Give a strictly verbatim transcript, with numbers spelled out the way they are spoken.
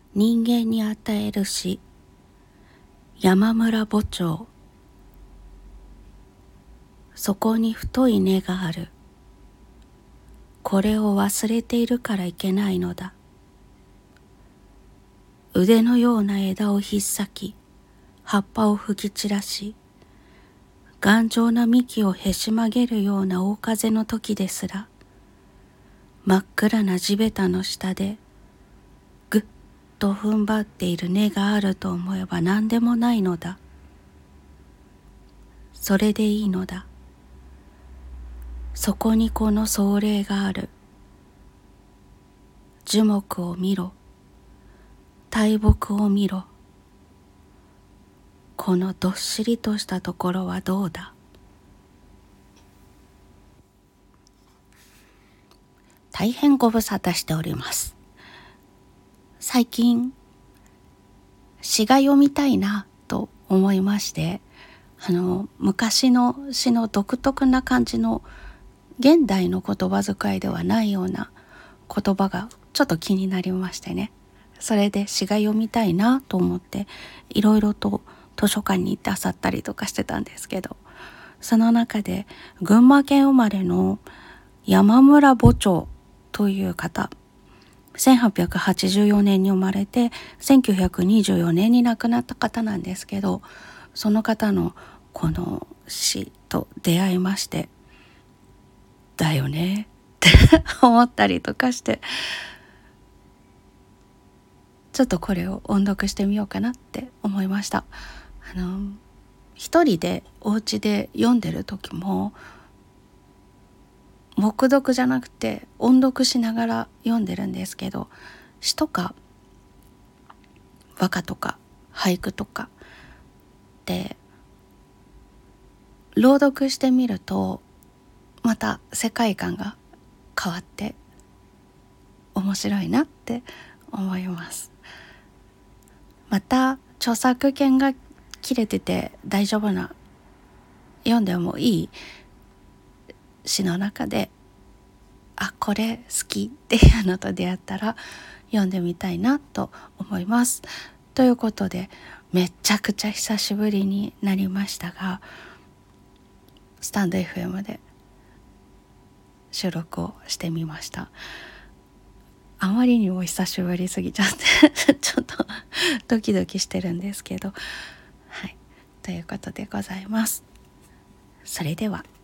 人間に与える詩、山村墓長。そこに太い根がある。これを忘れているからいけないのだ。腕のような枝を引っ裂き、葉っぱを吹き散らし、頑丈な幹をへし曲げるような大風の時ですら、真っ暗な地べたの下で、ぐっと踏ん張っている根があると思えば何でもないのだ。それでいいのだ。そこにこの壮麗がある。樹木を見ろ。大木を見ろ。このどっしりとしたところはどうだ。大変ご無沙汰しております。最近詩が読みたいなと思いまして、あの昔の詩の独特な感じの現代の言葉遣いではないような言葉がちょっと気になりましてね。それで詩が読みたいなと思っていろいろと図書館に行って漁ったりとかしてたんですけど、その中で群馬県生まれの山村墓長という方、せんはっぴゃくはちじゅうよねんに生まれてせんきゅうひゃくにじゅうよねんに亡くなった方なんですけど、その方のこの詩と出会いまして、だよねって思ったりとかして、ちょっとこれを音読してみようかなって思いました。あの一人でお家で読んでる時も黙読じゃなくて音読しながら読んでるんですけど、詩とか和歌とか俳句とかで朗読してみるとまた世界観が変わって面白いなって思います。また著作権が切れてて大丈夫な、読んでもいい詩の中で、あ、これ好きっていうのと出会ったら読んでみたいなと思います。ということで、めっちゃくちゃ久しぶりになりましたが、スタンド エフエム で収録をしてみました。あまりにも久しぶりすぎちゃってちょっとドキドキしてるんですけど、はい、ということでございます。それでは。